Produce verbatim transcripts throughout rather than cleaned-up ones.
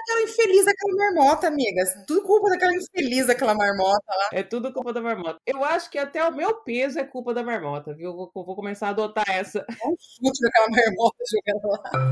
daquela infeliz daquela marmota, amigas. Tudo culpa daquela infeliz daquela marmota lá. É tudo culpa da marmota. Eu acho que até o meu peso é culpa da marmota, viu? Vou, vou começar a adotar essa. Um chute daquela marmota jogando lá.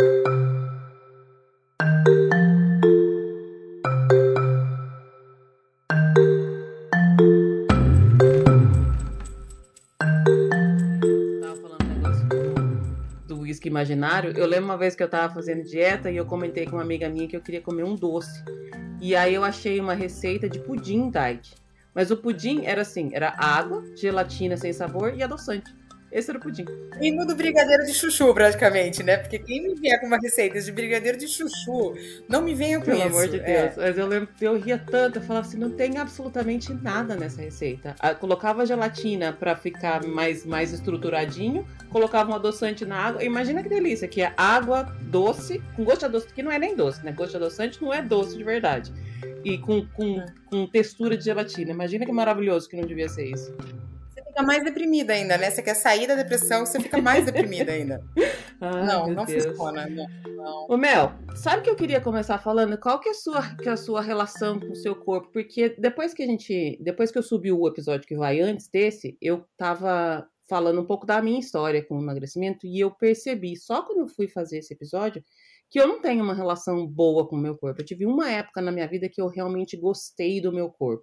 Você tava falando um negócio do, do uísque imaginário. Eu lembro uma vez que eu tava fazendo dieta e eu comentei com uma amiga minha que eu queria comer um doce. E aí eu achei uma receita de pudim diet. Mas o pudim era assim, era água, gelatina sem sabor e adoçante. Esse era o pudim. Primo do brigadeiro de chuchu, praticamente, né? Porque quem me vier com uma receita de brigadeiro de chuchu, não me venha com Pelo amor isso. de Deus. É. Mas eu lembro que eu ria tanto, eu falava assim, não tem absolutamente nada nessa receita. Ah, colocava gelatina para ficar mais, mais estruturadinho, colocava um adoçante na água. Imagina que delícia, que é água doce, com gosto de adoçante, que não é nem doce, né? Gosto de adoçante não é doce de verdade. E com, com, com textura de gelatina. Imagina que maravilhoso que não devia ser isso. Você fica mais deprimida ainda, né? Você quer sair da depressão, você fica mais deprimida ainda. Ai, Não, meu não Deus. funciona. Não, não. Ô Mel, sabe que eu queria começar falando? Qual que é a sua, que é a sua relação com o seu corpo? Porque depois que a gente, depois que eu subi o episódio que vai antes desse, eu tava falando um pouco da minha história com o emagrecimento e eu percebi, só quando eu fui fazer esse episódio, que eu não tenho uma relação boa com o meu corpo. Eu tive uma época na minha vida que eu realmente gostei do meu corpo.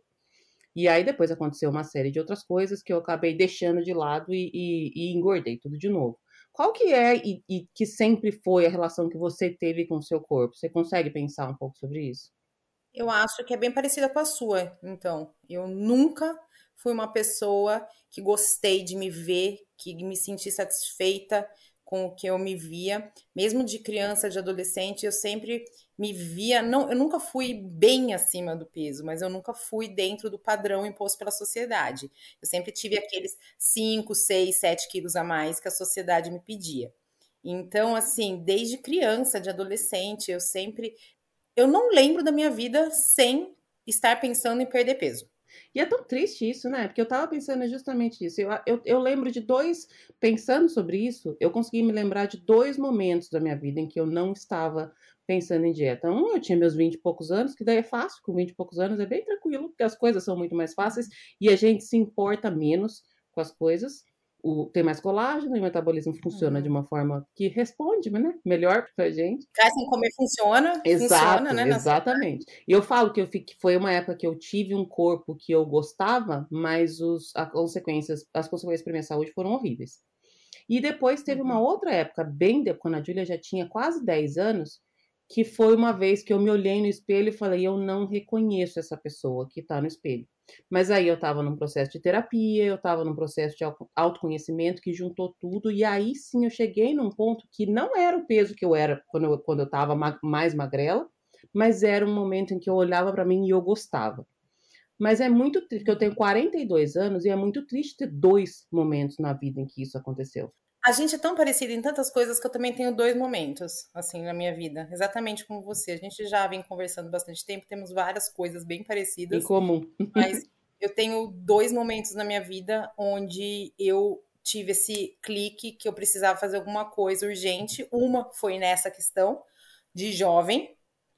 E aí depois aconteceu uma série de outras coisas que eu acabei deixando de lado e, e, e engordei tudo de novo. Qual que é e, e que sempre foi a relação que você teve com o seu corpo? Você consegue pensar um pouco sobre isso? Eu acho que é bem parecida com a sua, então. Eu nunca fui uma pessoa que gostei de me ver, que me senti satisfeita com o que eu me via. Mesmo de criança, de adolescente, eu sempre me via. Não, eu nunca fui bem acima do peso, mas eu nunca fui dentro do padrão imposto pela sociedade. Eu sempre tive aqueles cinco, seis, sete quilos a mais que a sociedade me pedia. Então, assim, desde criança, de adolescente, eu sempre eu não lembro da minha vida sem estar pensando em perder peso. E é tão triste isso, né? Porque eu tava pensando justamente isso. Eu, eu, eu lembro de dois, pensando sobre isso, eu consegui me lembrar de dois momentos da minha vida em que eu não estava pensando em dieta. Um, eu tinha meus vinte e poucos anos, que daí é fácil, com vinte e poucos anos é bem tranquilo, porque as coisas são muito mais fáceis e a gente se importa menos com as coisas. O, tem mais colágeno e o metabolismo funciona de Uhum. uma forma que responde, né? Melhor pra gente. Ficar sem comer funciona, funciona, Exato, né? Na sua... exatamente. E eu falo que eu fiquei, foi uma época que eu tive um corpo que eu gostava, mas os, as consequências, as consequências para minha saúde foram horríveis. E depois teve uma Uhum. outra época, bem depois, quando a Júlia já tinha quase dez anos, que foi uma vez que eu me olhei no espelho e falei, eu não reconheço essa pessoa que tá no espelho. Mas aí eu tava num processo de terapia, eu tava num processo de autoconhecimento que juntou tudo, e aí sim eu cheguei num ponto que não era o peso que eu era quando eu, quando eu tava ma mais magrela, mas era um momento em que eu olhava para mim e eu gostava. Mas é muito triste, porque eu tenho quarenta e dois anos e é muito triste ter dois momentos na vida em que isso aconteceu. A gente é tão parecido em tantas coisas que eu também tenho dois momentos, assim, na minha vida. Exatamente como você. A gente já vem conversando bastante tempo, temos várias coisas bem Em parecidas, comum. mas eu tenho dois momentos na minha vida onde eu tive esse clique que eu precisava fazer alguma coisa urgente. Uma foi nessa questão de jovem,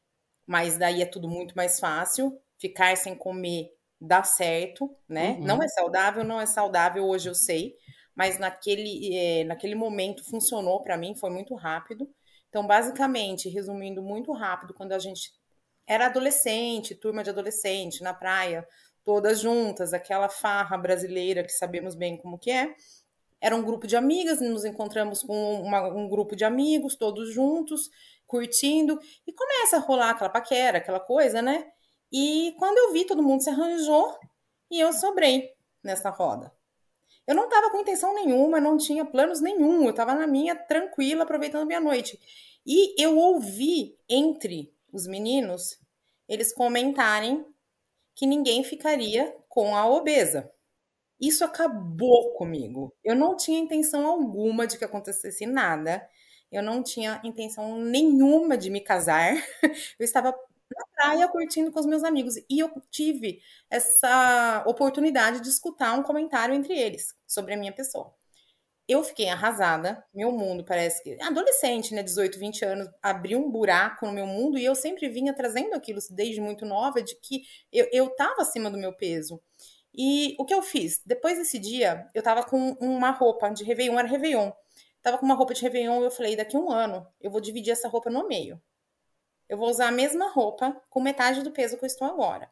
mas daí é tudo muito mais fácil. Ficar sem comer dá certo, né? Não é Uhum. saudável, não é saudável, hoje eu sei, mas naquele, é, naquele momento funcionou para mim, foi muito rápido. Então, basicamente, resumindo muito rápido, quando a gente era adolescente, turma de adolescente, na praia, todas juntas, aquela farra brasileira que sabemos bem como que é. Era um grupo de amigas, nos encontramos com uma, um grupo de amigos, todos juntos, curtindo, e começa a rolar aquela paquera, aquela coisa, né? E quando eu vi, todo mundo se arranjou e eu sobrei nessa roda. Eu não estava com intenção nenhuma, não tinha planos nenhum, eu estava na minha, tranquila, aproveitando a minha noite. E eu ouvi entre os meninos eles comentarem que ninguém ficaria com a obesa. Isso acabou comigo. Eu não tinha intenção alguma de que acontecesse nada. Eu não tinha intenção nenhuma de me casar. Eu estava na praia curtindo com os meus amigos e eu tive essa oportunidade de escutar um comentário entre eles sobre a minha pessoa. Eu fiquei arrasada, meu mundo parece que adolescente, né, dezoito, vinte anos, abriu um buraco no meu mundo e eu sempre vinha trazendo aquilo desde muito nova, de que eu, eu tava acima do meu peso. E o que eu fiz? Depois desse dia, eu tava com uma roupa de Réveillon, era Réveillon. Tava com uma roupa de Réveillon e eu falei, daqui a um ano, eu vou dividir essa roupa no meio. Eu vou usar a mesma roupa com metade do peso que eu estou agora.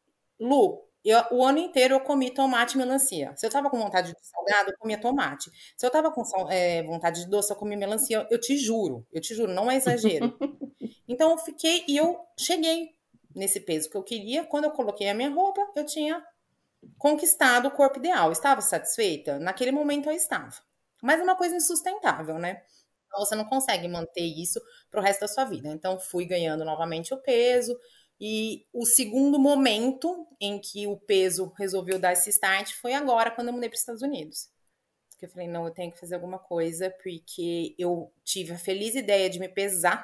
Lu, eu, o ano inteiro eu comi tomate e melancia. Se eu tava com vontade de salgado, eu comia tomate. Se eu tava com é, vontade de doce, eu comia melancia. Eu te juro, eu te juro, não é exagero. Então eu fiquei e eu cheguei nesse peso que eu queria. Quando eu coloquei a minha roupa, eu tinha conquistado o corpo ideal. Estava satisfeita? Naquele momento eu estava. Mas é uma coisa insustentável, né? Então você não consegue manter isso pro resto da sua vida. Então fui ganhando novamente o peso. E o segundo momento em que o peso resolveu dar esse start foi agora, quando eu mudei para os Estados Unidos. Porque eu falei, não, eu tenho que fazer alguma coisa, porque eu tive a feliz ideia de me pesar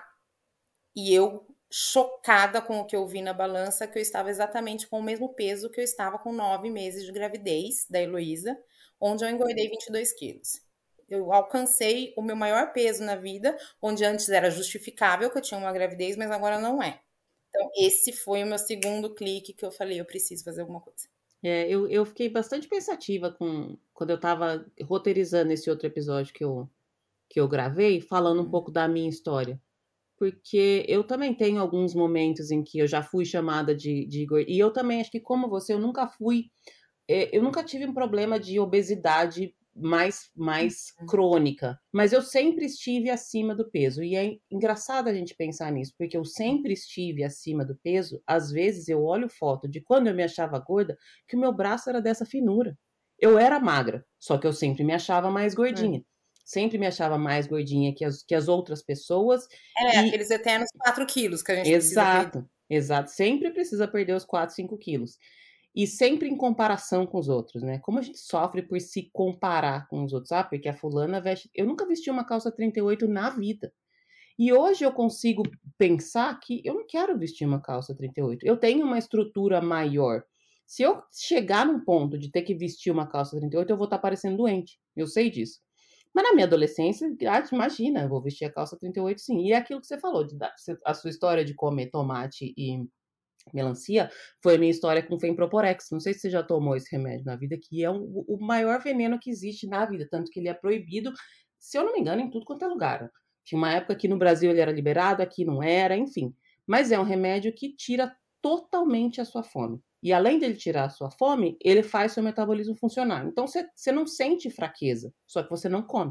e eu, chocada com o que eu vi na balança, que eu estava exatamente com o mesmo peso que eu estava com nove meses de gravidez da Heloísa, onde eu engordei vinte e dois quilos. Eu alcancei o meu maior peso na vida, onde antes era justificável que eu tinha uma gravidez, mas agora não é. Então, esse foi o meu segundo clique que eu falei, eu preciso fazer alguma coisa. É, eu, eu fiquei bastante pensativa com quando eu tava roteirizando esse outro episódio que eu, que eu gravei, falando um pouco da minha história. Porque eu também tenho alguns momentos em que eu já fui chamada de, de gor- e eu também acho que, como você, eu nunca fui. é, Eu nunca tive um problema de obesidade mais, mais crônica, mas eu sempre estive acima do peso. E é engraçado a gente pensar nisso, porque eu sempre estive acima do peso. Às vezes eu olho foto de quando eu me achava gorda, que o meu braço era dessa finura. Eu era magra, só que eu sempre me achava mais gordinha. Sempre me achava mais gordinha que as, que as outras pessoas. É, E aqueles eternos quatro quilos que a gente precisa perder. exato, exato. Sempre precisa perder os quatro, cinco quilos. E sempre em comparação com os outros, né? Como a gente sofre por se comparar com os outros. Ah, porque a fulana veste. Eu nunca vesti uma calça trinta e oito na vida. E hoje eu consigo pensar que eu não quero vestir uma calça trinta e oito. Eu tenho uma estrutura maior. Se eu chegar num ponto de ter que vestir uma calça trinta e oito, eu vou estar parecendo doente. Eu sei disso. Mas na minha adolescência, ah, imagina, eu vou vestir a calça trinta e oito sim. E é aquilo que você falou, de dar, a sua história de comer tomate e melancia foi a minha história com Femproporex. Não sei se você já tomou esse remédio na vida, que é um, o maior veneno que existe na vida, tanto que ele é proibido, se eu não me engano, em tudo quanto é lugar. Tinha uma época que no Brasil ele era liberado, aqui não era, enfim. Mas é um remédio que tira totalmente a sua fome. E além dele tirar a sua fome, ele faz seu metabolismo funcionar. Então você, você não sente fraqueza, só que você não come.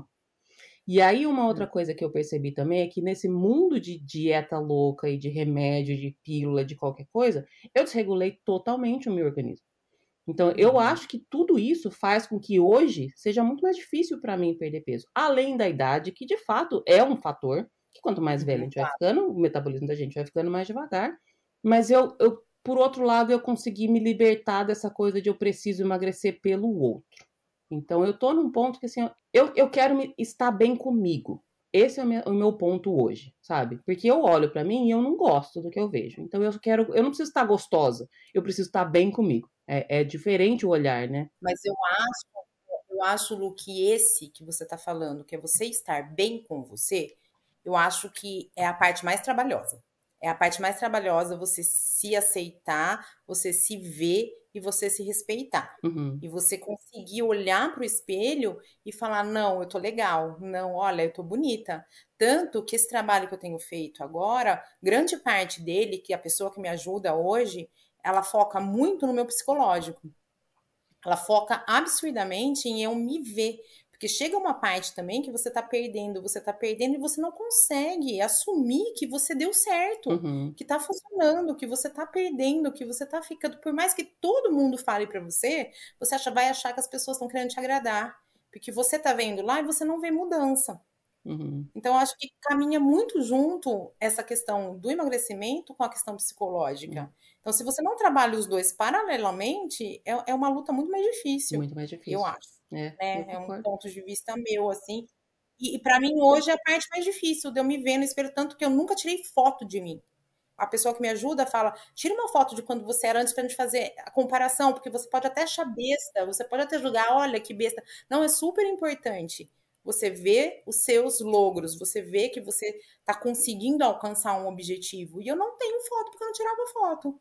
E aí, uma outra coisa que eu percebi também é que nesse mundo de dieta louca e de remédio, de pílula, de qualquer coisa, eu desregulei totalmente o meu organismo. Então, eu Uhum. acho que tudo isso faz com que hoje seja muito mais difícil para mim perder peso. Além da idade, que de fato é um fator, que quanto mais velho a Uhum, gente vai claro. ficando, o metabolismo da gente vai ficando mais devagar. Mas eu, eu por outro lado, eu consegui me libertar dessa coisa de eu preciso emagrecer pelo outro. Então, eu tô num ponto que, assim, eu, eu quero me, estar bem comigo. Esse é o meu, o meu ponto hoje, sabe? Porque eu olho pra mim e eu não gosto do que eu vejo. Então, eu quero, eu não preciso estar gostosa, eu preciso estar bem comigo. É, é diferente o olhar, né? Mas eu acho, eu acho, Lu, que esse que você está falando, que é você estar bem com você, eu acho que é a parte mais trabalhosa. É a parte mais trabalhosa você se aceitar, você se ver e você se respeitar. Uhum, E você conseguir olhar para o espelho e falar: não, eu tô legal, não, olha, eu tô bonita. Tanto que esse trabalho que eu tenho feito agora, grande parte dele, que a pessoa que me ajuda hoje, ela foca muito no meu psicológico. Ela foca absurdamente em eu me ver. Porque chega uma parte também que você tá perdendo, você tá perdendo e você não consegue assumir que você deu certo, uhum, que tá funcionando, que você tá perdendo, que você tá ficando. Por mais que todo mundo fale pra você, você acha, vai achar que as pessoas estão querendo te agradar. Porque você tá vendo lá e você não vê mudança. uhum, Então, eu acho que caminha muito junto essa questão do emagrecimento com a questão uhum. psicológica. Então, se você não trabalha os dois paralelamente, é, é uma luta muito mais difícil, Muito mais eu difícil. acho. É, eu Né? É um concordo. ponto de vista meu, assim. E, e para mim, hoje, é a parte mais difícil de eu me ver no espelho, tanto que eu nunca tirei foto de mim. A pessoa que me ajuda fala: tira uma foto de quando você era antes pra gente fazer a comparação, porque você pode até achar besta, você pode até julgar, olha que besta. Não, é super importante. você vê os seus logros, você vê que você está conseguindo alcançar um objetivo. E eu não tenho foto porque eu não tirava foto.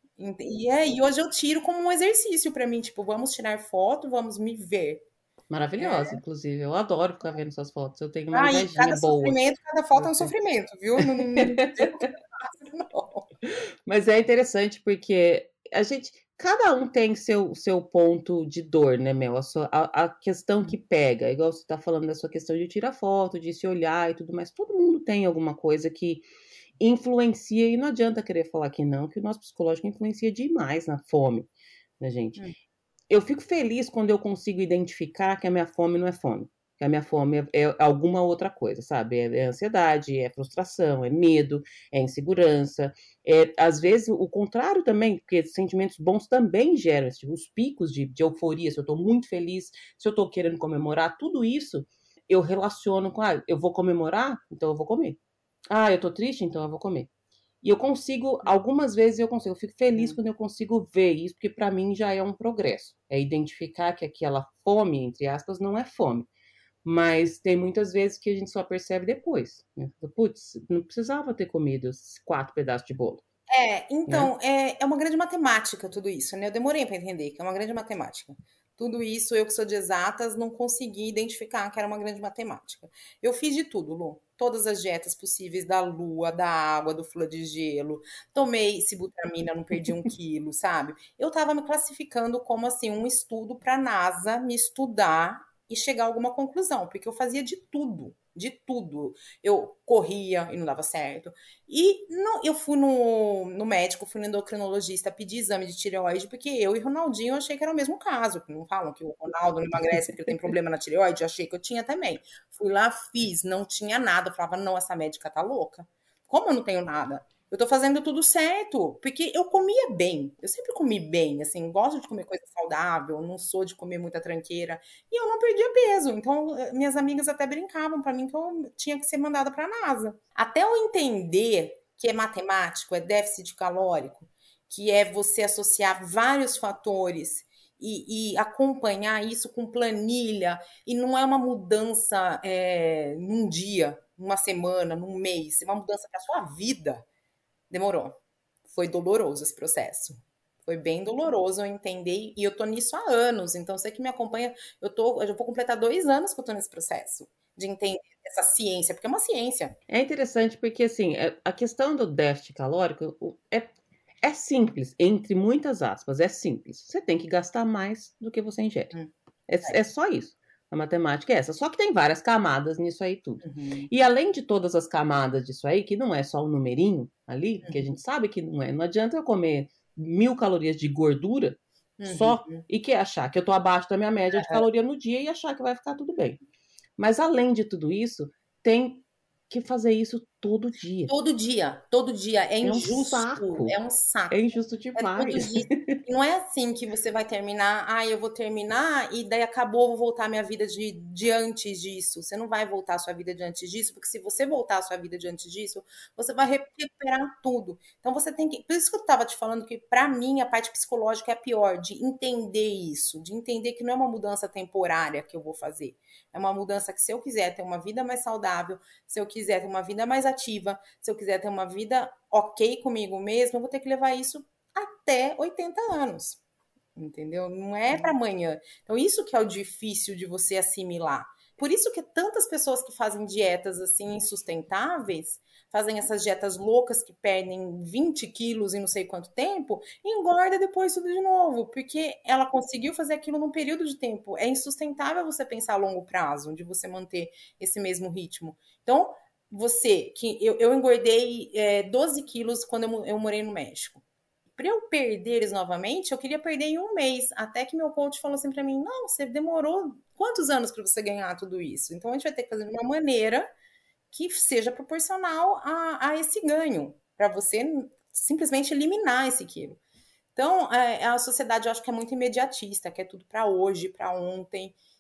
E, é, e hoje eu tiro como um exercício para mim, tipo, vamos tirar foto, vamos me ver. Maravilhosa, inclusive. Eu adoro ficar vendo suas fotos. Eu tenho uma Ah, e invejinha cada boa sofrimento, cada de foto é um você. sofrimento, viu? Não, não, não digo que é fácil, não. Mas é interessante porque a gente, cada um tem seu, seu ponto de dor, né, Mel? A, sua, a, a questão que pega, igual você tá falando da sua questão de tirar foto, de se olhar e tudo mais. Todo mundo tem alguma coisa que influencia, e não adianta querer falar que não, que o nosso psicológico influencia demais na fome da gente. Hum. Eu fico feliz quando eu consigo identificar que a minha fome não é fome, que a minha fome é, é alguma outra coisa, sabe? É, é ansiedade, é frustração, é medo, é insegurança, é, às vezes o contrário também, porque sentimentos bons também geram tipo, os picos de, de euforia, se eu estou muito feliz, se eu estou querendo comemorar, tudo isso eu relaciono com, ah, eu vou comemorar, então eu vou comer. Ah, eu estou triste, então eu vou comer. E eu consigo, algumas vezes eu consigo, eu fico feliz Hum. quando eu consigo ver isso, porque para mim já é um progresso. É identificar que aquela fome, entre aspas, não é fome. Mas tem muitas vezes que a gente só percebe depois. Né? Putz, não precisava ter comido esses quatro pedaços de bolo. É, Né? então, é, é uma grande matemática tudo isso, né? Eu demorei para entender que é uma grande matemática. Tudo isso, eu que sou de exatas, não consegui identificar que era uma grande matemática. Eu fiz de tudo, Lu. Todas as dietas possíveis da lua, da água, do flor de gelo. Tomei sibutramina, não perdi um quilo, sabe? Eu tava me classificando como, assim, um estudo pra NASA me estudar e chegar a alguma conclusão, porque eu fazia de tudo, de tudo. Eu corria e não dava certo. E não, eu fui no, no médico, fui no endocrinologista pedir exame de tireoide, porque eu e Ronaldinho eu achei que era o mesmo caso. Não falam que o Ronaldo não emagrece porque tem problema na tireoide? Eu achei que eu tinha também. Fui lá, fiz, não tinha nada. Eu falava, não, essa médica tá louca. Como eu não tenho nada? Eu tô fazendo tudo certo, porque eu comia bem. Eu sempre comi bem, assim, gosto de comer coisa saudável, não sou de comer muita tranqueira. E eu não perdia peso. Então, eh, minhas amigas até brincavam pra mim que eu tinha que ser mandada pra NASA. Até eu entender que é matemático, é déficit calórico, que é você associar vários fatores e, e acompanhar isso com planilha, e não é uma mudança é, num dia, numa semana, num mês, é uma mudança para sua vida. Demorou. Foi doloroso esse processo. Foi bem doloroso, eu entender, e eu tô nisso há anos, então você que me acompanha, eu tô, eu já vou completar dois anos que eu tô nesse processo de entender essa ciência, porque é uma ciência. É interessante porque, assim, é- a questão do déficit calórico o- é, é simples, entre muitas aspas, é simples. Você tem que gastar mais do que você ingere. Hum, É, é. é só isso. A matemática é essa. Só que tem várias camadas nisso aí tudo. Uhum, E além de todas as camadas disso aí, que não é só o numerinho ali, que a uhum, gente sabe que não é. Não adianta eu comer mil calorias de gordura só uhum. e que achar que eu tô abaixo da minha média de caloria no dia e achar que vai ficar tudo bem. Mas além de tudo isso, tem que fazer isso todo dia. Todo dia, todo dia. É É um injusto, saco. é um É saco. injusto É todo demais. dia. E não é assim que você vai terminar, ah, eu vou terminar e daí acabou, vou voltar a minha vida de, de antes disso. Você não vai voltar a sua vida de antes disso, porque se você voltar a sua vida de antes disso, você vai recuperar tudo. Então você tem que. Por isso que eu estava te falando que, para mim, a parte psicológica é a pior, de entender isso, de entender que não é uma mudança temporária que eu vou fazer. É uma mudança que, se eu quiser ter uma vida mais saudável, se eu quiser ter uma vida mais ativa, se eu quiser ter uma vida ok comigo mesmo, eu vou ter que levar isso até oitenta anos, entendeu? Não é para amanhã. Então, isso que é o difícil de você assimilar. Por isso que tantas pessoas que fazem dietas assim insustentáveis, fazem essas dietas loucas que perdem vinte quilos em não sei quanto tempo, engorda depois tudo de novo, porque ela conseguiu fazer aquilo num período de tempo. É insustentável você pensar a longo prazo, de você manter esse mesmo ritmo. Então, você, que eu, eu engordei é, doze quilos quando eu, eu morei no México. Para eu perder eles novamente, eu queria perder em um mês. Até que meu coach falou assim para mim: não, você demorou quantos anos para você ganhar tudo isso? Então a gente vai ter que fazer de uma maneira que seja proporcional a, a esse ganho, para você simplesmente eliminar esse quilo. Então, é, a sociedade eu acho que é muito imediatista, quer tudo para hoje, para ontem.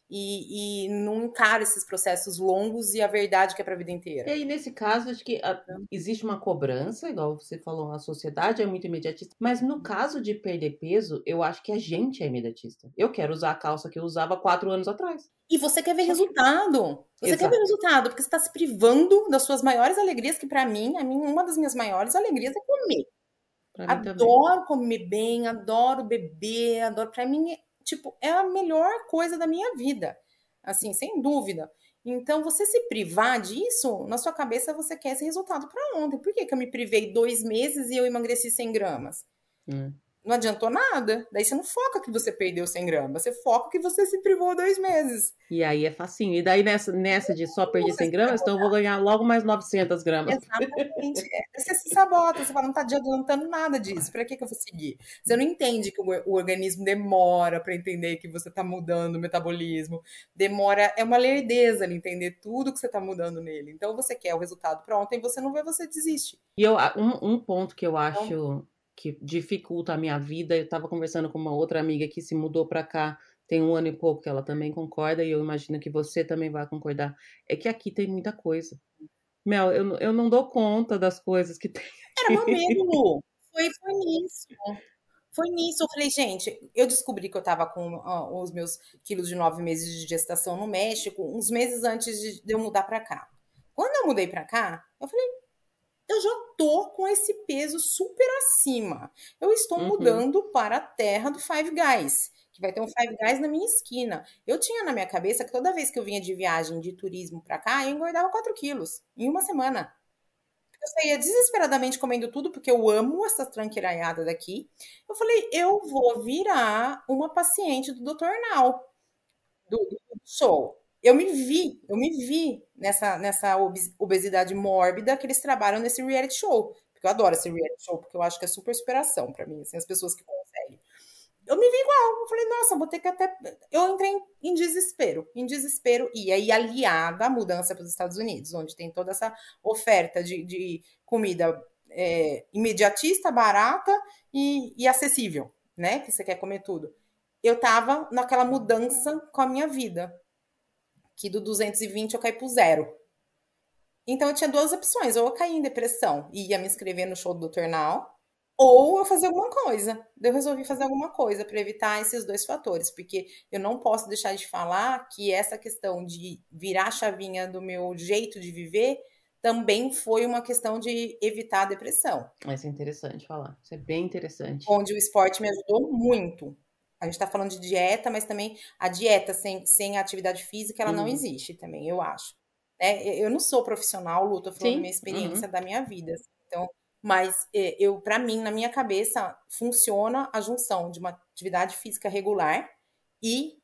e, e não encaro esses processos longos e a verdade que é para a vida E inteira. aí, nesse caso, acho que a- existe uma cobrança, igual você falou, a sociedade é muito imediatista, mas no caso de perder peso, eu acho que a gente é imediatista. Eu quero usar a calça que eu usava quatro anos atrás. E você quer ver Só que. resultado. Você quer ver Exato. resultado, porque você está se privando das suas maiores alegrias, que para mim, a mim, uma das minhas maiores alegrias é comer. Pra mim também. Adoro comer bem, adoro beber, adoro. Para mim, é, tipo, é a melhor coisa da minha vida. Assim, sem dúvida. Então, você se privar disso, na sua cabeça você quer esse resultado para ontem. Por que, que eu me privei dois meses e eu emagreci cem gramas? Hum. Não adiantou nada. Daí você não foca que você perdeu cem gramas, você foca que você se privou dois meses. E aí é facinho. E daí nessa, nessa de só perder Você cem se gramas, então eu vou ganhar logo mais novecentas gramas. Exatamente. É, você se sabota, você fala, não tá adiantando nada disso, pra que que eu vou seguir? Você não entende que o, o organismo demora pra entender que você tá mudando o metabolismo, demora, é uma lerdeza ele entender tudo que você tá mudando nele. Então você quer o resultado pra ontem, você não vê, você desiste. E eu, um, um ponto que eu Então, acho que dificulta a minha vida, eu tava conversando com uma outra amiga que se mudou pra cá tem um ano e pouco, que ela também concorda, e eu imagino que você também vai concordar, é que aqui tem muita coisa. Mel, eu, não- eu não dou conta das coisas que tem era meu medo, aqui. Lu. Foi, foi nisso. Foi nisso, eu falei, gente, eu descobri que eu tava com ah, os meus quilos de nove meses de gestação no México, uns meses antes de, de eu mudar pra cá. Quando eu mudei pra cá, eu falei, eu já tô com esse peso super acima. Eu estou Uhum. mudando para a terra do Five Guys, que vai ter um Five Guys na minha esquina. Eu tinha na minha cabeça que toda vez que eu vinha de viagem de turismo pra cá, eu engordava quatro quilos em uma semana. Eu saía desesperadamente comendo tudo, porque eu amo essa tranqueiraiada daqui. Eu falei, eu vou virar uma paciente do doutor Now, do, do show. Eu me vi, eu me vi nessa, nessa obesidade mórbida que eles trabalham nesse reality show. Porque eu adoro esse reality show, porque eu acho que é super superação pra mim, assim, as pessoas que conseguem. Eu me vi igual, eu falei, nossa, vou ter que até. Eu entrei em, em desespero, em desespero, e aí aliada à mudança para os Estados Unidos, onde tem toda essa oferta de, de comida é, imediatista, barata e, e acessível, né? Que você quer comer tudo. Eu tava naquela mudança com a minha vida, que do duzentos e vinte eu caí pro zero. Então eu tinha duas opções, ou eu caía em depressão e ia me inscrever no show do doutor Now, ou eu fazia alguma coisa. Eu resolvi fazer alguma coisa para evitar esses dois fatores, porque eu não posso deixar de falar que essa questão de virar a chavinha do meu jeito de viver também foi uma questão de evitar a depressão, Isso é interessante falar. Isso é bem interessante. onde o esporte me ajudou muito. A gente está falando de dieta, mas também a dieta sem, sem atividade física, ela não Uhum. existe também, eu acho. É, eu não sou profissional, Lu, tô falando da minha Sim. experiência, Uhum. da minha vida. Assim. Então, mas é, eu, para mim, na minha cabeça, funciona a junção de uma atividade física regular e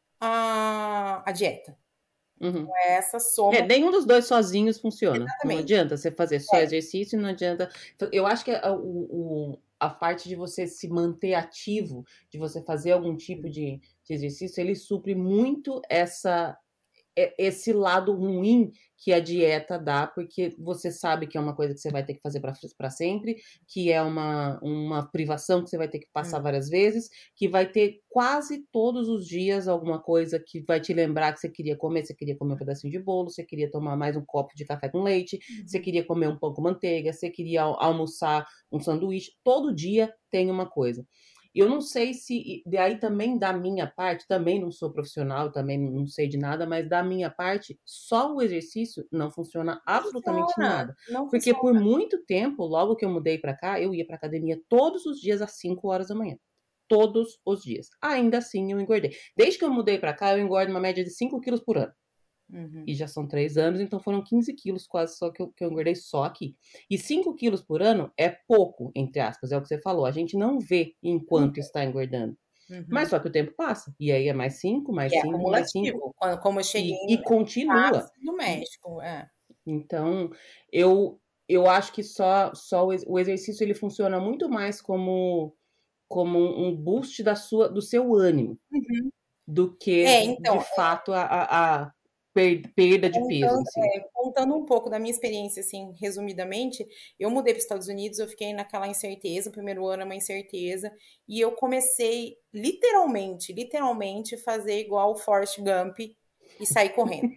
a, a dieta. Uhum. Essa É, soma nenhum dos dois sozinhos funciona. Não exatamente. adianta você fazer só exercício, não adianta. Eu acho que a, o, o- a parte de você se manter ativo, de você fazer algum tipo de, de exercício, ele supre muito essa é- esse lado ruim que a dieta dá, porque você sabe que é uma coisa que você vai ter que fazer para sempre, que é uma, uma privação que você vai ter que passar Hum, várias vezes, que vai ter quase todos os dias alguma coisa que vai te lembrar que você queria comer, você queria comer um pedacinho de bolo, você queria tomar mais um copo de café com leite, você queria comer um pão com manteiga, você queria al- almoçar um sanduíche, todo dia tem uma coisa. Eu não sei se, daí também da minha parte, também não sou profissional, também não sei de nada, mas da minha parte, só o exercício não funciona não absolutamente funciona, nada. não Porque funciona. por muito tempo, logo que eu mudei para cá, eu ia para academia todos os dias às cinco horas da manhã. Todos os dias. Ainda assim, eu engordei. Desde que eu mudei para cá, eu engordo uma média de cinco quilos por ano. Uhum. E já são três anos, então foram quinze quilos quase só que eu, que eu engordei só aqui. E cinco quilos por ano é pouco, entre aspas, é o que você falou. A gente não vê enquanto está engordando. Mas Uhum. só que o tempo passa. E aí é mais cinco, E mais é cinco, mais cinco. acumulativo. Quando, como eu cheguei E, e continua. no E, México, é. então, eu, eu acho que só, só o, o exercício ele funciona muito mais como, como um boost da sua, do seu ânimo Uhum. do que, É, de então, fato, a, a, a per- perda de peso contando, em si. é, contando um pouco da minha experiência, assim, resumidamente, eu mudei para os Estados Unidos, eu fiquei naquela incerteza, o primeiro ano é uma incerteza, e eu comecei literalmente, literalmente, fazer igual o Forrest Gump, e saí correndo.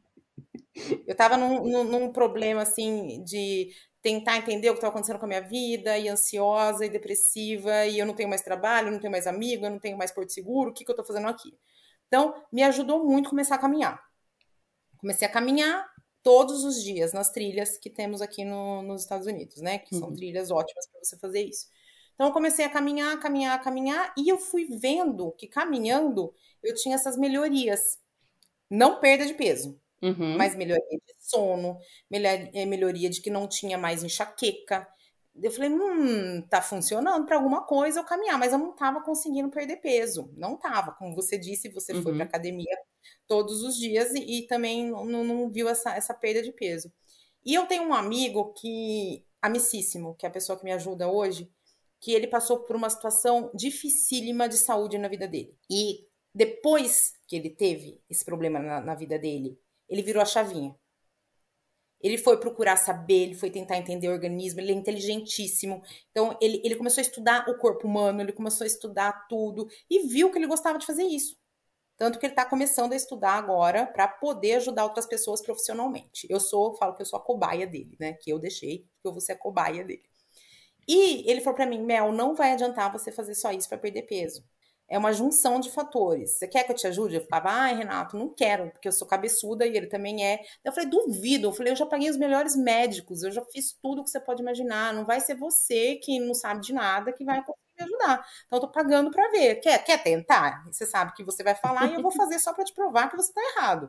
Eu tava num, num, num problema, assim, de tentar entender o que estava acontecendo com a minha vida, e ansiosa e depressiva, e eu não tenho mais trabalho, eu não tenho mais amigo, eu não tenho mais porto seguro, o que, que eu tô fazendo aqui? Então, me ajudou muito começar a caminhar. Comecei a caminhar todos os dias nas trilhas que temos aqui no, nos Estados Unidos, né? Que são Uhum. trilhas ótimas para você fazer isso. Então, eu comecei a caminhar, caminhar, caminhar, e eu fui vendo que caminhando eu tinha essas melhorias. Não perda de peso, Uhum. mas melhoria de sono, melhor- eh, melhoria de que não tinha mais enxaqueca. Eu falei, hum, tá funcionando para alguma coisa eu caminhar, mas eu não tava conseguindo perder peso. Não tava. Como você disse, você foi para Uhum. academia todos os dias e, e também não, não viu essa, essa perda de peso. E eu tenho um amigo que, amicíssimo, que é a pessoa que me ajuda hoje, que ele passou por uma situação dificílima de saúde na vida dele. E depois que ele teve esse problema na, na vida dele, ele virou a chavinha. Ele foi procurar saber, ele foi tentar entender o organismo, ele é inteligentíssimo. Então, ele, ele começou a estudar o corpo humano, ele começou a estudar tudo e viu que ele gostava de fazer isso. Tanto que ele está começando a estudar agora para poder ajudar outras pessoas profissionalmente. Eu sou, falo que eu sou a cobaia dele, né? Que eu deixei, que eu vou ser a cobaia dele. E ele falou para mim, Mel, não vai adiantar você fazer só isso para perder peso. É uma junção de fatores. Você quer que eu te ajude? Eu falava, ai, Renato, não quero, porque eu sou cabeçuda e ele também é. Eu falei, duvido. Eu falei, eu já paguei os melhores médicos, eu já fiz tudo que você pode imaginar. Não vai ser você que não sabe de nada que vai conseguir me ajudar. Então, eu tô pagando para ver. Quer, quer tentar? Você sabe que você vai falar e eu vou fazer só para te provar que você tá errado.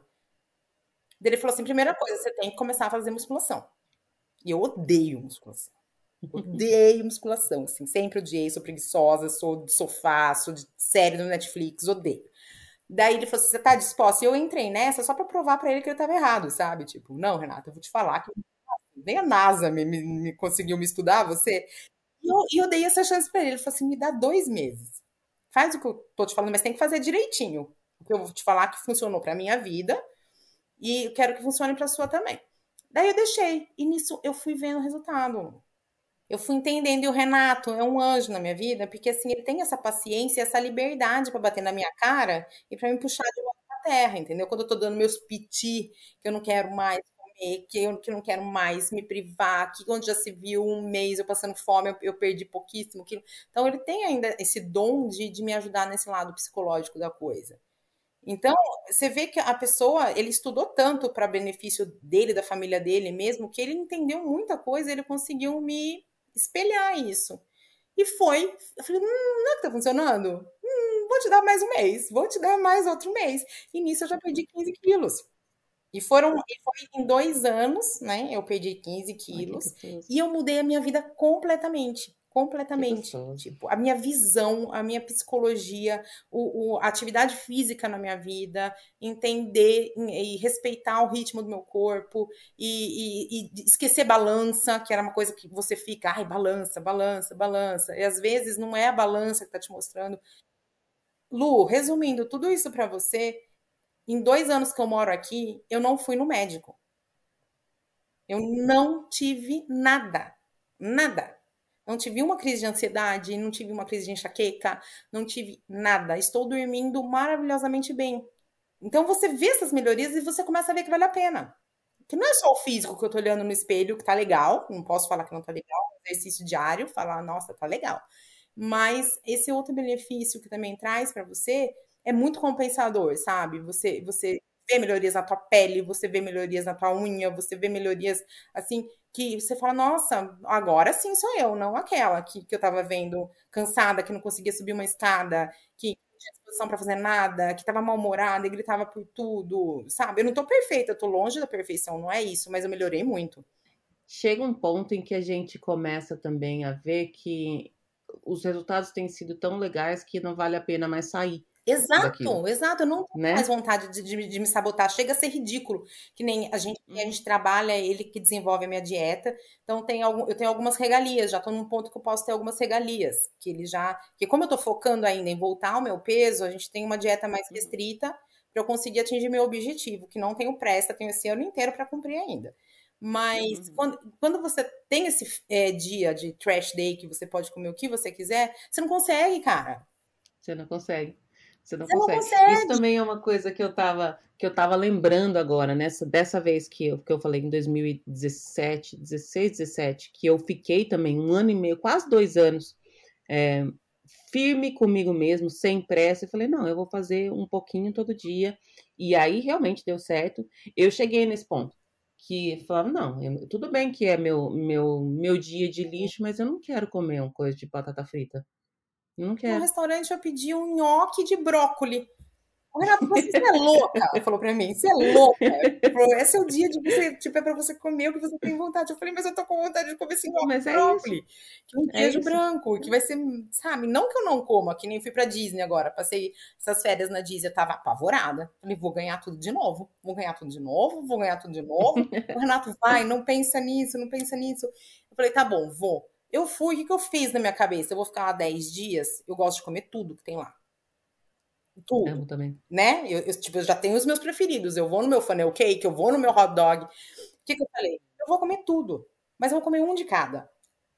Daí ele falou assim: primeira coisa, você tem que começar a fazer musculação. E eu odeio musculação. Odeio musculação, assim, sempre odiei, sou preguiçosa, sou de sofá, sou de série no Netflix, odeio. Daí ele falou assim: você tá disposta? E eu entrei nessa só pra provar pra ele que ele tava errado, sabe? Tipo, não, Renata, eu vou te falar que nem a NASA me, me- me conseguiu me estudar, você. E eu, e eu dei essa chance pra ele. Ele falou assim: me dá dois meses. Faz o que eu tô te falando, mas tem que fazer direitinho. Porque eu vou te falar que funcionou pra minha vida e eu quero que funcione pra sua também. Daí eu deixei. E nisso eu fui vendo o resultado. Eu fui entendendo, e o Renato é um anjo na minha vida, porque assim, ele tem essa paciência, essa liberdade para bater na minha cara e para me puxar de volta pra terra, entendeu? Quando eu tô dando meus piti, que eu não quero mais comer, que eu que não quero mais me privar, que onde já se viu um mês eu passando fome, eu, eu perdi pouquíssimo quilo. Então ele tem ainda esse dom de, de me ajudar nesse lado psicológico da coisa. Então, você vê que a pessoa, ele estudou tanto para benefício dele, da família dele mesmo, que ele entendeu muita coisa, ele conseguiu me espelhar isso. E foi, eu falei, hum, não é que tá funcionando? Hum, vou te dar mais um mês, vou te dar mais outro mês. E nisso eu já perdi quinze quilos. E foram, e foi em dois anos, né? Eu perdi quinze Ai, que quilos gostoso. e eu mudei a minha vida completamente. Que Completamente. gostoso. Tipo, a minha visão, a minha psicologia, o, o- a atividade física na minha vida, entender e respeitar o ritmo do meu corpo e, e- e esquecer balança, que era uma coisa que você fica, ai, balança, balança, balança. E às vezes não é a balança que tá te mostrando. Lu, resumindo tudo isso pra você, em dois anos que eu moro aqui, eu não fui no médico. Eu não tive nada, nada. Não tive uma crise de ansiedade, não tive uma crise de enxaqueca, não tive nada. Estou dormindo maravilhosamente bem. Então você vê essas melhorias e você começa a ver que vale a pena. Que não é só o físico que eu tô olhando no espelho, que tá legal, não posso falar que não tá legal, exercício diário, falar, nossa, tá legal. Mas esse outro benefício que também traz para você é muito compensador, sabe? Você, você vê melhorias na tua pele, você vê melhorias na tua unha, você vê melhorias assim que você fala, nossa, agora sim sou eu, não aquela que, que eu tava vendo cansada, que não conseguia subir uma escada, que não tinha disposição para fazer nada, que tava mal-humorada e gritava por tudo, sabe? Eu não tô perfeita, eu tô longe da perfeição, não é isso, mas eu melhorei muito. Chega um ponto em que a gente começa também a ver que os resultados têm sido tão legais que não vale a pena mais sair daquilo, Exato, exato. Eu não tenho mais né? vontade de, de- de me sabotar. Chega a ser ridículo. Que nem a gente, a Uhum. gente trabalha, ele que desenvolve a minha dieta. Então tem algum, eu tenho algumas regalias. Já estou num ponto que eu posso ter algumas regalias. Que ele já. Que como eu estou focando ainda em voltar ao meu peso, a gente tem uma dieta mais Uhum. restrita para eu conseguir atingir meu objetivo, que não tenho pressa, tenho esse ano inteiro para cumprir ainda. Mas Uhum. quando, quando você tem esse é, dia de trash day que você pode comer o que você quiser, você não consegue, cara. Você não consegue. Você não Você não consegue. Isso consegue. também é uma coisa que eu tava, que eu tava lembrando agora, nessa, dessa vez que eu, que eu falei em dois mil e dezessete, dezesseis, dezessete, que eu fiquei também um ano e meio, quase dois anos, é, firme comigo mesmo, sem pressa. Eu falei, não, eu vou fazer um pouquinho todo dia. E aí realmente deu certo. Eu cheguei nesse ponto que falava, não, eu- tudo bem que é meu, meu, meu dia de lixo, mas eu não quero comer uma coisa de batata frita. Eu não No quero. restaurante eu pedi um nhoque de brócoli. O Renato, você, você é louca? Falou pra mim, você é louca? Falou, esse é o dia de você, tipo, é pra você comer o que você tem vontade. Eu falei, mas eu tô com vontade de comer esse nhoque Mas de é isso, brócoli, que é um é queijo isso. branco, que vai ser, sabe, não que eu não coma, que nem fui pra Disney agora, passei essas férias na Disney, eu tava apavorada. Falei, vou ganhar tudo de novo, vou ganhar tudo de novo, vou ganhar tudo de novo. O Renato, vai, não pensa nisso, não pensa nisso. Eu falei, tá bom, vou. Eu fui, o que, que eu fiz na minha cabeça? Eu vou ficar lá dez dias, eu gosto de comer tudo que tem lá. Amo Tudo, também. né? Eu, eu, tipo, eu já tenho os meus preferidos. Eu vou no meu funnel cake, eu vou no meu hot dog. O que, que eu falei? Eu vou comer tudo, mas eu vou comer um de cada.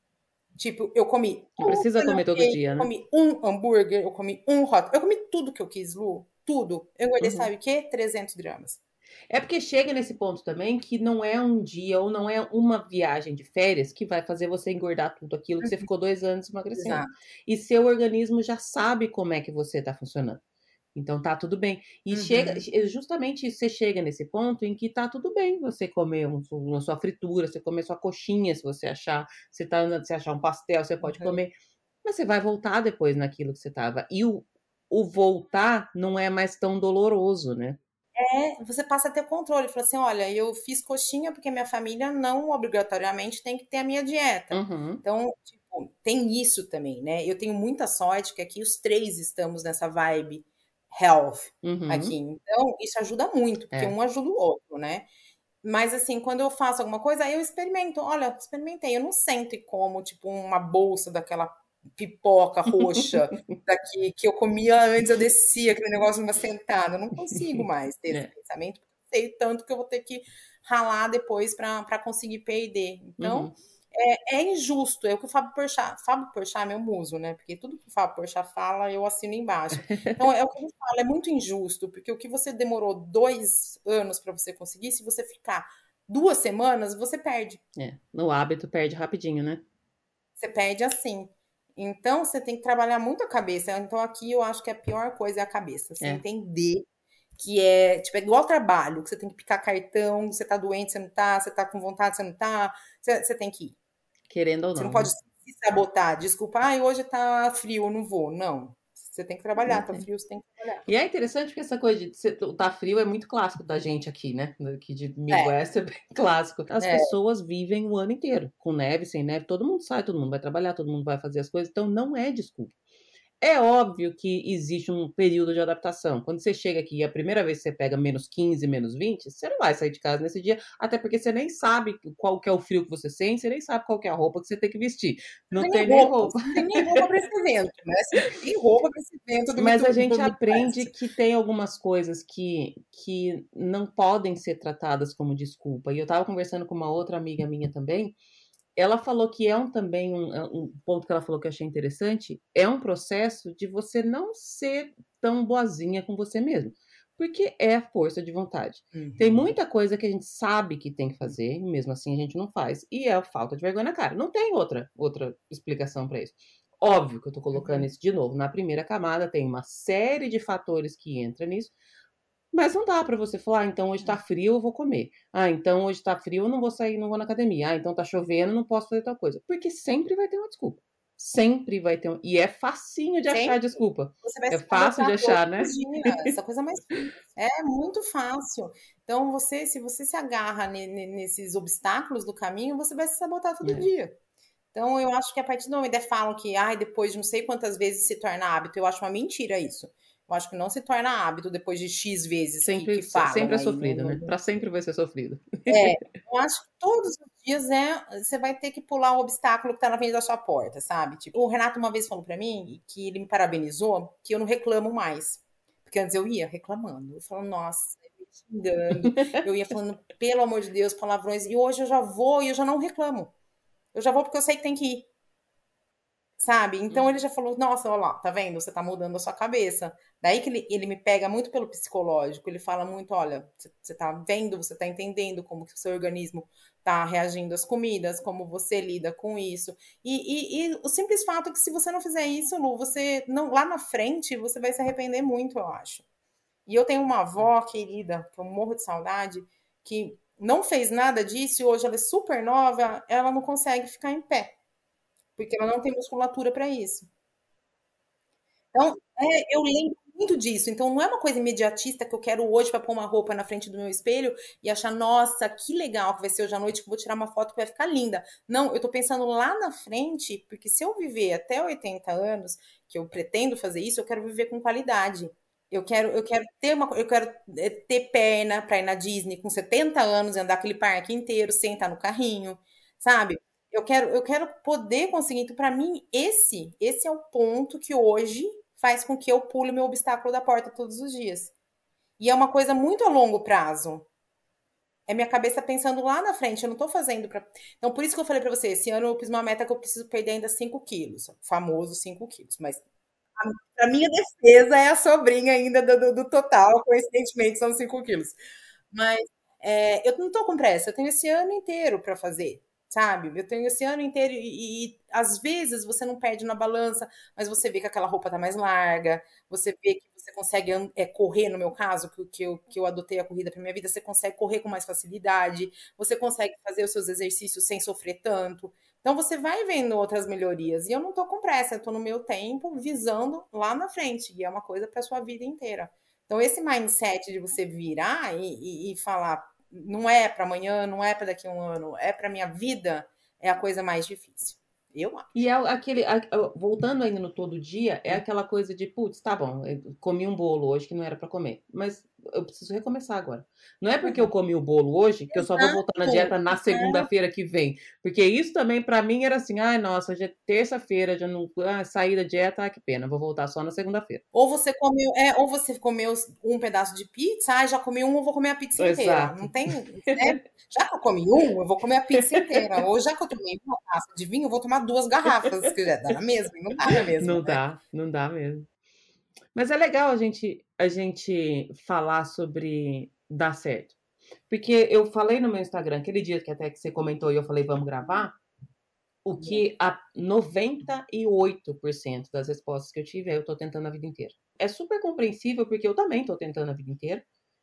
Tipo, eu comi Não um precisa funnel comer todo cake, dia, eu né? comi um hambúrguer, eu comi um hot. Eu comi tudo que eu quis, Lu. Tudo. Eu engordei, Uhum. sabe o quê? trezentos gramas. É porque chega nesse ponto também que não é um dia ou não é uma viagem de férias que vai fazer você engordar tudo aquilo que você ficou dois anos emagrecendo. Exato. E seu organismo já sabe como é que você está funcionando. Então tá tudo bem. E chega, Uhum. justamente você chega nesse ponto em que tá tudo bem você comer um, uma sua fritura, você comer sua coxinha, se você achar, você tá andando, se achar um pastel, você pode Uhum. comer, mas você vai voltar depois naquilo que você tava. E o, o voltar não é mais tão doloroso, né? É, você passa a ter controle. Fala assim: olha, eu fiz coxinha porque minha família não obrigatoriamente tem que ter a minha dieta. Uhum, Então, tipo, tem isso também, né? Eu tenho muita sorte que aqui os três estamos nessa vibe health aqui. uhum, Então, isso ajuda muito, porque é. um ajuda o outro, né? Mas assim, quando eu faço alguma coisa, aí eu experimento. Olha, experimentei. Eu não sento e como, tipo, uma bolsa daquela pipoca roxa daqui que eu comia antes, eu descia aquele negócio numa sentada. Eu não consigo mais ter esse É. pensamento, porque eu sei tanto que eu vou ter que ralar depois para conseguir perder. Então, Uhum. é, é injusto. É o que o Fábio Porchat, Fábio Porchat é meu muso, né? Porque tudo que o Fábio Porchat fala, eu assino embaixo. Então, é o que ele fala, é muito injusto, porque o que você demorou dois anos para você conseguir, se você ficar duas semanas, você perde. É. No hábito perde rapidinho, né? Você perde assim. Então, você tem que trabalhar muito a cabeça. Então, aqui eu acho que a pior coisa é a cabeça. Você É. entender que é, tipo, é igual trabalho, que você tem que picar cartão, você tá doente, você não tá, você tá com vontade, você não tá, você, você tem que ir. Querendo ou Você não não, pode né? se sabotar, desculpa, ah, hoje tá frio, eu não vou. Não. Você tem que Não trabalhar, tá tem. frio, você tem que trabalhar. E é interessante porque essa coisa de ser- tá frio é muito clássico da gente aqui, né? Aqui de É, Midwest é bem clássico. As é. pessoas vivem o ano inteiro, com neve, sem neve, todo mundo sai, todo mundo vai trabalhar, todo mundo vai fazer as coisas, então não é desculpa. É óbvio que existe um período de adaptação. Quando você chega aqui e a primeira vez que você pega menos quinze, menos vinte, você não vai sair de casa nesse dia, até porque você nem sabe qual que é o frio que você sente, você nem sabe qual que é a roupa que você tem que vestir. Não Não tem nem tem nem roupa, roupa. você não tem nem roupa para esse evento, né? Você não tem nem roupa para esse evento do, Mas a Mitu, do gente aprende Midwest. que tem algumas coisas que, que não podem ser tratadas como desculpa. E eu estava conversando com uma outra amiga minha também. Ela falou que é um também um, é um ponto que ela falou que eu achei interessante, é um processo de você não ser tão boazinha com você mesmo, porque é força de vontade. Tem Uhum. muita coisa que a gente sabe que tem que fazer, e mesmo assim a gente não faz, e é a falta de vergonha na cara. Não tem outra outra explicação para isso. Óbvio que eu tô colocando Uhum. isso de novo na primeira camada, tem uma série de fatores que entram nisso, mas não dá pra você falar: "Ah, então hoje tá frio, eu vou comer. Ah, então hoje tá frio, eu não vou sair, não vou na academia. Ah, então tá chovendo, não posso fazer tal coisa". Porque sempre vai ter uma desculpa. Sempre vai ter um e é facinho de achar Sempre. desculpa. Você vai É se fácil de sabotar todos achar, né? os dias. A coisa mais é muito fácil. Então, você, se você se agarra ne- ne- nesses obstáculos do caminho, você vai se sabotar todo É. dia. Então, eu acho que a partir do momento que falam que, ai, depois de não sei quantas vezes se torna hábito, eu acho uma mentira isso. Eu acho que não se torna hábito depois de X vezes que, que Sempre sempre falam é aí. No, sofrido, no- né? Pra sempre vai ser sofrido. É, eu acho que todos os dias é, você vai ter que pular o obstáculo que tá na frente da sua porta, sabe? Tipo, o Renato uma vez falou pra mim que ele me parabenizou que eu não reclamo mais. Porque antes eu ia reclamando. Eu falando, nossa, eu ia xingando. Eu ia falando, pelo amor de Deus, palavrões. E hoje eu já vou e eu já não reclamo. Eu já vou porque eu sei que tem que ir. sabe? Então ele Uhum. já falou, nossa, olha lá, tá vendo? Você tá mudando a sua cabeça. Daí que ele, ele me pega muito pelo psicológico, ele fala muito, olha, você, você tá vendo, você tá entendendo como que o seu organismo tá reagindo às comidas, como você lida com isso. E, e, e o simples fato é que se você não fizer isso, Lu, você não, lá na frente você vai se arrepender muito, eu acho. E eu tenho uma avó querida, que eu morro de saudade, que não fez nada disso e hoje ela é super nova, ela não consegue ficar em pé, porque ela não tem musculatura para isso. Então, é, eu lembro muito disso. Então, não é uma coisa imediatista que eu quero hoje para pôr uma roupa na frente do meu espelho e achar, nossa, que legal que vai ser hoje à noite, que eu vou tirar uma foto que vai ficar linda. Não, eu tô pensando lá na frente, porque se eu viver até oitenta anos, que eu pretendo fazer isso, eu quero viver com qualidade. Eu quero, eu quero ter uma, eu quero é, ter perna para ir na Disney com setenta anos e andar aquele parque inteiro sem estar no carrinho, sabe? Eu quero, eu quero poder conseguir. Então, para mim, esse, esse é o ponto que hoje faz com que eu pule meu obstáculo da porta todos os dias. E é uma coisa muito a longo prazo. É minha cabeça pensando lá na frente, eu não tô fazendo pra. Então, por isso que eu falei pra você, esse ano eu fiz uma meta que eu preciso perder ainda cinco quilos. O famoso cinco quilos. Mas a minha defesa é a sobrinha ainda do, do, do total, coincidentemente são cinco quilos. Mas é, eu não tô com pressa, eu tenho esse ano inteiro para fazer, sabe? Eu tenho esse ano inteiro e, e, às vezes você não perde na balança, mas você vê que aquela roupa tá mais larga, você vê que você consegue é, correr, no meu caso, que, que, eu, que eu adotei a corrida para minha vida, você consegue correr com mais facilidade, você consegue fazer os seus exercícios sem sofrer tanto. Então você vai vendo outras melhorias. E eu não tô com pressa, eu tô no meu tempo, visando lá na frente. E é uma coisa para sua vida inteira. Então, esse mindset de você virar e, e, e falar, não é para amanhã, não é para daqui a um ano, é para minha vida, é a coisa mais difícil. Eu E acho. é aquele, a- voltando ainda no todo dia, é aquela coisa de, putz, tá bom, eu comi um bolo hoje que não era pra comer, mas eu preciso recomeçar agora. Não é porque eu Uhum. comi o bolo hoje que eu só vou voltar na Exato, dieta na exato. segunda-feira que vem, porque isso também pra mim era assim, ai, nossa, hoje é terça-feira, já não, ah, saí da dieta, ah, que pena, vou voltar só na segunda-feira. Ou você comeu, é, ou você comeu um pedaço de pizza, ah, já comi um, eu vou comer a pizza inteira. Não Exato. tem, né? Já que eu comi um, eu vou comer a pizza inteira. Ou já que eu tomei uma taça de vinho, eu vou tomar duas garrafas, que já dá na mesma, e não dá na mesma, Não né? dá, não dá mesmo. Mas é legal a gente, a gente falar sobre dar certo. Porque eu falei no meu Instagram, aquele dia que até que você comentou e eu falei, vamos gravar, o que a noventa e oito por cento das respostas que eu tive é eu tô tentando a vida inteira. É super compreensível, porque eu também tô tentando a vida inteira,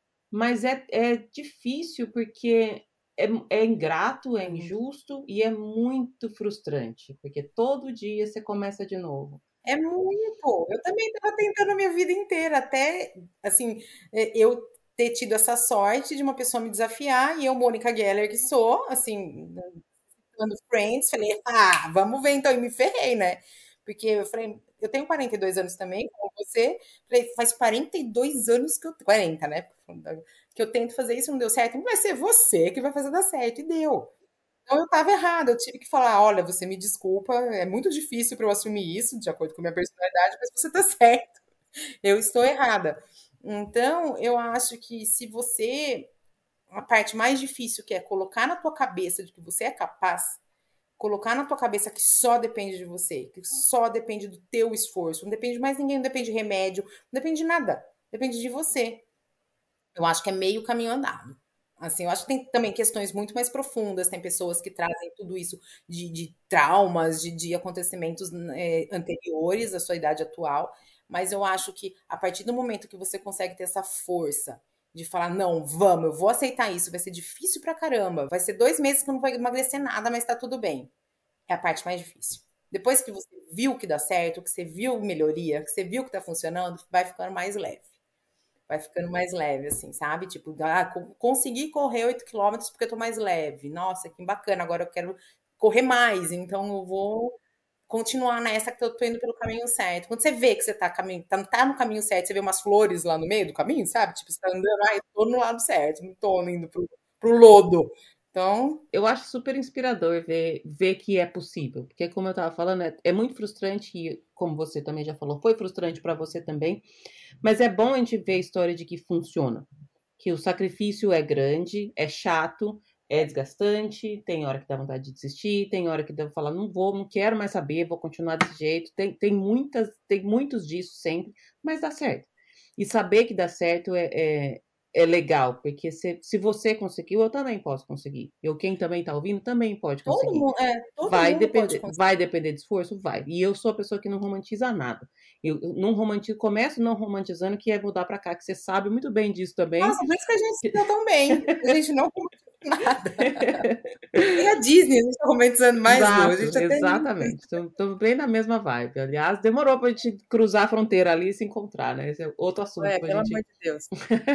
mas é, é difícil porque é, é ingrato, é Uhum. injusto e é muito frustrante, porque todo dia você começa de novo. É muito. Eu também estava tentando a minha vida inteira, até assim, é, eu ter tido essa sorte de uma pessoa me desafiar, e eu, Mônica Geller, que sou, assim, dando Friends, falei, ah, vamos ver então, e me ferrei, né? Porque eu falei, eu tenho quarenta e dois anos também, como você, falei, faz quarenta e dois anos que eu, quarenta, né? Que eu tento fazer isso, não deu certo, não vai ser você que vai fazer dar certo, e deu. Então eu estava errada, eu tive que falar, olha, você me desculpa, é muito difícil para eu assumir isso, de acordo com a minha personalidade, mas você está certo, eu estou errada. Então, eu acho que se você, a parte mais difícil que é colocar na tua cabeça de que você é capaz, colocar na tua cabeça que só depende de você, que só depende do teu esforço, não depende de mais ninguém, não depende de remédio, não depende de nada, depende de você. Eu acho que é meio caminho andado. Assim, eu acho que tem também questões muito mais profundas, tem pessoas que trazem tudo isso de, de traumas, de, de acontecimentos é, anteriores à sua idade atual, mas eu acho que a partir do momento que você consegue ter essa força de falar, não, vamos, eu vou aceitar isso, vai ser difícil pra caramba, vai ser dois meses que eu não vou emagrecer nada, mas tá tudo bem. É a parte mais difícil. Depois que você viu que dá certo, que você viu melhoria, que você viu que tá funcionando, vai ficando mais leve. Vai ficando mais leve, assim, sabe? Tipo, ah, consegui correr oito quilômetros porque eu tô mais leve. Nossa, que bacana, agora eu quero correr mais, então eu vou continuar nessa que eu tô indo pelo caminho certo. Quando você vê que você tá, caminho, tá, tá no caminho certo, você vê umas flores lá no meio do caminho, sabe? Tipo, você tá andando, ah, eu tô no lado certo, não tô indo pro, pro lodo. Então, Eu acho super inspirador ver, ver que é possível, porque como eu estava falando, é, é muito frustrante, e como você também já falou, foi frustrante para você também, mas é bom a gente ver a história de que funciona, que o sacrifício é grande, é chato, é desgastante, tem hora que dá vontade de desistir, tem hora que dá falar, não vou, não quero mais saber, vou continuar desse jeito. Tem, tem muitas, tem muitos disso sempre, mas dá certo. E saber que dá certo é, é, é legal, porque se, se você conseguiu, eu também posso conseguir. Eu, quem também está ouvindo, também pode Todo conseguir. mundo, é, todo Vai mundo pode depender, conseguir. vai depender de esforço? Vai. E eu sou a pessoa que não romantiza nada. Eu, eu não romantizo, começo não romantizando, que é mudar para cá, que você sabe muito bem disso também. Nossa, por isso que a gente se deu tão bem. A gente não romantiza nada. Nem a Disney a gente tá romantizando mais, Lu. A Exato, gente até. exatamente. Estamos bem na mesma vibe. Aliás, demorou para a gente cruzar a fronteira ali e se encontrar, né? Esse é outro assunto É, para a pelo amor gente. de Deus.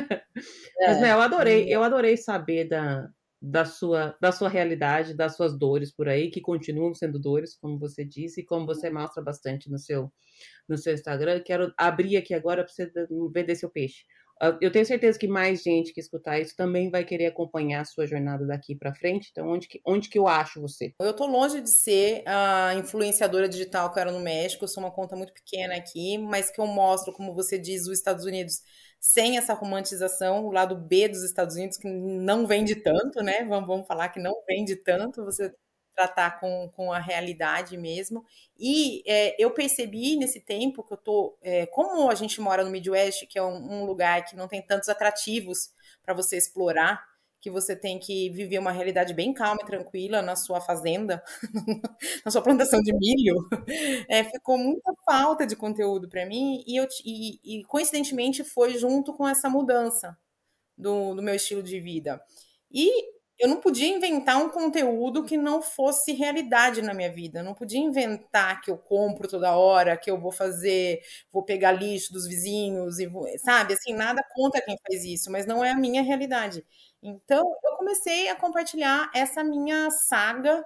Mas, Mel, É. eu adorei, eu adorei saber da, da sua, da sua realidade, das suas dores por aí, que continuam sendo dores, como você disse, e como você mostra bastante no seu, no seu Instagram. Quero abrir aqui agora para você vender seu peixe. Ah, eu tenho certeza que mais gente que escutar isso também vai querer acompanhar a sua jornada daqui para frente. Então, onde que, onde que eu acho você? Eu tô longe de ser a influenciadora digital que eu era no México. Eu sou uma conta muito pequena aqui, mas que eu mostro, como você diz, os Estados Unidos sem essa romantização, o lado B dos Estados Unidos, que não vende tanto, né? Vamos, vamos falar que não vende tanto, você tratar com, com a realidade mesmo. E é, eu percebi nesse tempo que eu tô. É, como a gente mora no Midwest, que é um, um lugar que não tem tantos atrativos para você explorar, que você tem que viver uma realidade bem calma e tranquila na sua fazenda, na sua plantação de milho, é, ficou muita falta de conteúdo para mim e, eu, e, e, coincidentemente foi junto com essa mudança do, do meu estilo de vida. E eu não podia inventar um conteúdo que não fosse realidade na minha vida. Eu não podia inventar que eu compro toda hora, que eu vou fazer, vou pegar lixo dos vizinhos e vou, sabe, assim, nada contra quem faz isso, mas não é a minha realidade. Então, eu comecei a compartilhar essa minha saga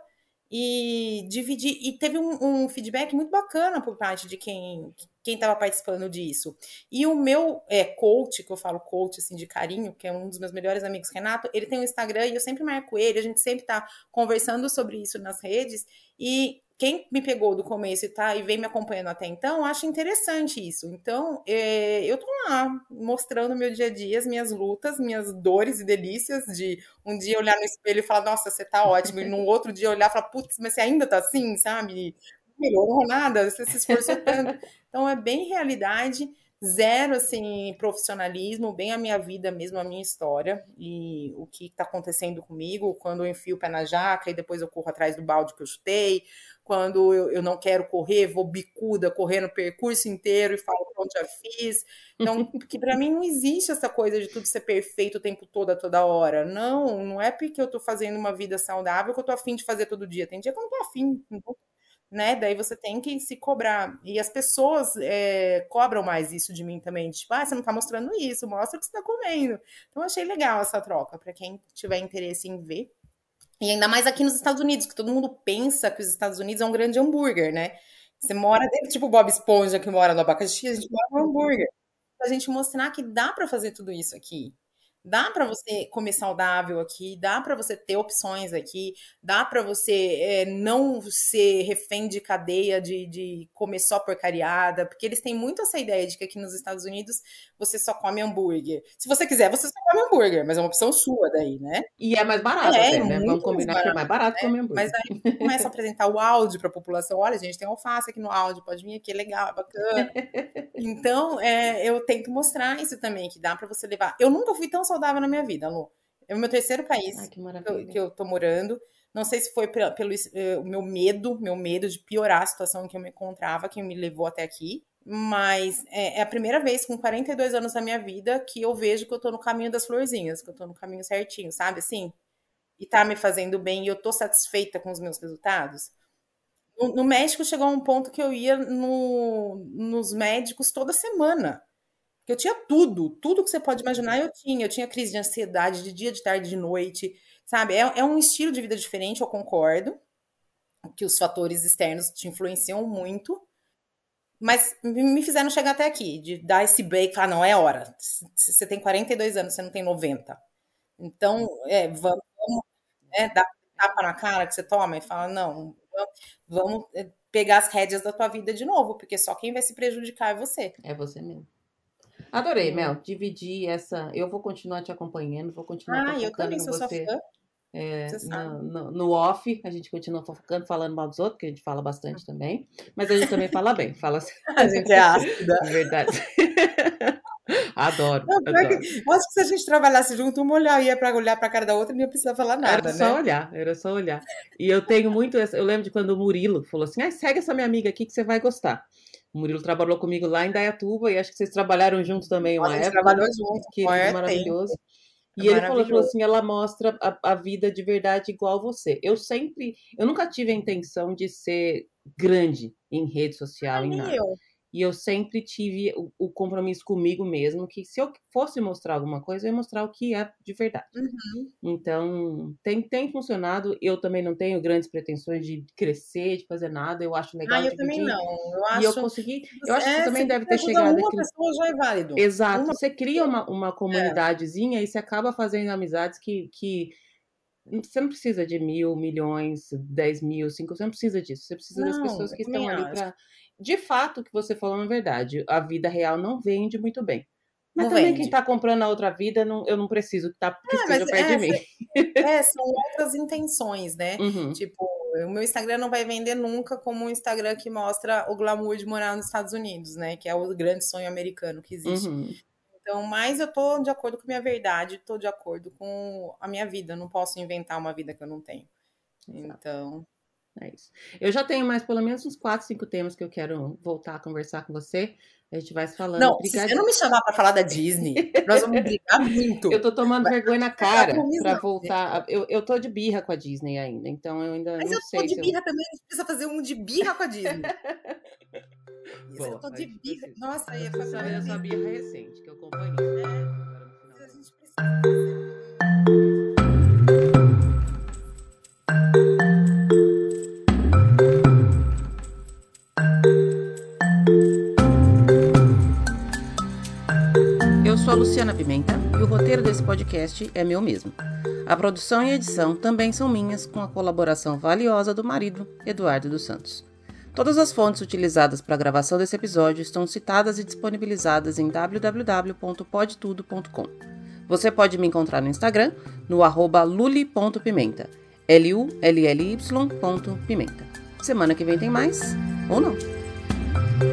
e dividir. E teve um, um feedback muito bacana por parte de quem quem estava participando disso. E o meu é, coach, que eu falo coach assim de carinho, que é um dos meus melhores amigos, Renato, ele tem um Instagram e eu sempre marco ele, a gente sempre tá conversando sobre isso nas redes. E quem me pegou do começo e tá e vem me acompanhando até então, acha interessante isso. Então, é, eu tô lá mostrando meu dia a dia, as minhas lutas, minhas dores e delícias de um dia olhar no espelho e falar, nossa, você tá ótimo, e no outro dia olhar e falar, putz, mas você ainda tá assim, sabe? Não melhorou nada, você se esforçou tanto. Então é bem realidade, zero assim profissionalismo, bem a minha vida mesmo, a minha história e o que está acontecendo comigo quando eu enfio o pé na jaca e depois eu corro atrás do balde que eu chutei, quando eu, eu não quero correr, vou bicuda, correndo o percurso inteiro e falo, pronto, já fiz. Então, porque para mim não existe essa coisa de tudo ser perfeito o tempo todo, a toda hora. Não, não é porque eu tô fazendo uma vida saudável que eu tô afim de fazer todo dia. Tem dia que eu não tô afim, né? Daí você tem que se cobrar. E as pessoas é, cobram mais isso de mim também. Tipo, ah, você não tá mostrando isso, mostra o que você tá comendo. Então, eu achei legal essa troca, para quem tiver interesse em ver. E ainda mais aqui nos Estados Unidos, que todo mundo pensa que os Estados Unidos é um grande hambúrguer, né? Você mora dentro, tipo o Bob Esponja que mora no abacaxi, a gente mora no hambúrguer. Pra gente mostrar que dá para fazer tudo isso aqui. Dá para você comer saudável aqui, dá para você ter opções aqui, dá para você é, não ser refém de cadeia de, de comer só porcariada, porque eles têm muito essa ideia de que aqui nos Estados Unidos você só come hambúrguer. Se você quiser, você só come hambúrguer, mas é uma opção sua daí, né? E é mais barato É, até, né? Vamos muito mais combinar que é barato. mais barato comer Mas hambúrguer. aí você começa a apresentar o áudio para a população. Olha, gente, tem alface aqui no áudio, pode vir aqui, é legal, é bacana. Então, é, eu tento mostrar isso também, que dá para você levar. Eu nunca fui tão saudável na minha vida, Lu. É o meu terceiro Ai, país que que eu, maravilha. que eu tô morando. Não sei se foi pela- pelo eh, o meu medo, meu medo de piorar a situação em que eu me encontrava, que me levou até aqui. Mas é, é a primeira vez com quarenta e dois anos da minha vida que eu vejo que eu tô no caminho das florzinhas, que eu tô no caminho certinho, sabe? Assim, e tá me fazendo bem e eu tô satisfeita com os meus resultados. No, no México chegou a um ponto que eu ia no, nos médicos toda semana. Que eu tinha tudo, tudo que você pode imaginar eu tinha. Eu tinha crise de ansiedade de dia, de tarde, de noite, sabe? É, é um estilo de vida diferente, eu concordo, que os fatores externos te influenciam muito, mas me fizeram chegar até aqui, de dar esse break e falar, não, é hora. Você tem quarenta e dois anos, você não tem noventa. Então, é, vamos, né, dar tapa na cara que você toma e fala, não, vamos é, pegar as rédeas da tua vida de novo, porque só quem vai se prejudicar é você. É você mesmo. Adorei, Hum. Mel. Dividir essa. Eu vou continuar te acompanhando, vou continuar Ah, eu fofocando também com sou sua você fã. É, Você sabe. no, no, no off, a gente continua fofocando, falando mal dos outros, porque a gente fala bastante também. Mas a gente também fala bem, fala assim. A gente é ácida. Verdade. Adoro, Não, pior que, adoro. eu acho que se a gente trabalhasse junto, uma olhar, ia pra olhar pra cara da outra e não ia precisar falar Era nada, só né? olhar, era só olhar. E eu tenho muito, essa- eu lembro de quando o Murilo falou assim, ah, segue essa minha amiga aqui que você vai gostar. O Murilo trabalhou comigo lá em Dayatuba e acho que vocês trabalharam juntos também A uma gente época, trabalhou né? junto, Querido, é tempo, maravilhoso. é E ele falou, falou maravilhoso. assim, ela mostra a, a vida de verdade igual você. Eu sempre, eu nunca tive a intenção de ser grande em rede social, Ai, em nem nada. eu. E eu sempre tive o, o compromisso comigo mesmo, que se eu fosse mostrar alguma coisa, eu ia mostrar o que é de verdade. Uhum. Então, tem, tem funcionado. Eu também não tenho grandes pretensões de crescer, de fazer nada. Eu acho Ah, legal eu também dividir. não. Eu E eu acho consegui. que Eu você, acho que você é, se também deve você ter ajuda chegado uma aquilo. pessoa já é válido. Exato. Uma Você cria uma, uma é. comunidadezinha e você acaba fazendo amizades que, que você não precisa de mil, milhões, dez mil, cinco. Você não precisa disso. Você precisa das Não, pessoas eu que estão também ali acho. para. De fato, o que você falou é verdade. A vida real não vende muito bem. Mas Não também quem vende. está comprando a outra vida, não, eu não preciso que, tá, que É, mas esteja perto de é, mim. É, são outras intenções, né? Uhum, Tipo, o meu Instagram não vai vender nunca como um Instagram que mostra o glamour de morar nos Estados Unidos, né? Que é o grande sonho americano que existe. uhum. Então, mas eu tô de acordo com a minha verdade, tô de acordo com a minha vida. Eu não posso inventar uma vida que eu não tenho. Exato. Então. É isso. Eu já tenho mais pelo menos uns quatro, cinco temas que eu quero voltar a conversar com você. A gente vai se falando. Não, se você não Obrigadinho. me chamar pra falar da Disney, nós vamos brigar Eu muito. tô tomando Vai vergonha na pegar cara com pra amizade. voltar. Eu, eu tô de birra com a Disney ainda, então eu ainda Mas não eu tô sei de se eu. birra também, a gente precisa fazer um de birra com a Disney. Isso, eu Boa, tô a de gente birra. precisa. Nossa, Eu aí foi a preciso saber primeira da sua vez. birra recente, que eu acompanhei agora no final A do ano. gente precisa fazer. Eu sou a Luciana Pimenta e o roteiro desse podcast é meu mesmo. A produção e a edição também são minhas, com a colaboração valiosa do marido, Eduardo dos Santos. Todas as fontes utilizadas para a gravação desse episódio estão citadas e disponibilizadas em w w w ponto pode tudo ponto com. Você pode me encontrar no Instagram, no arroba luli ponto pimenta, L U L L Y ponto pimenta. Semana que vem tem mais, ou não.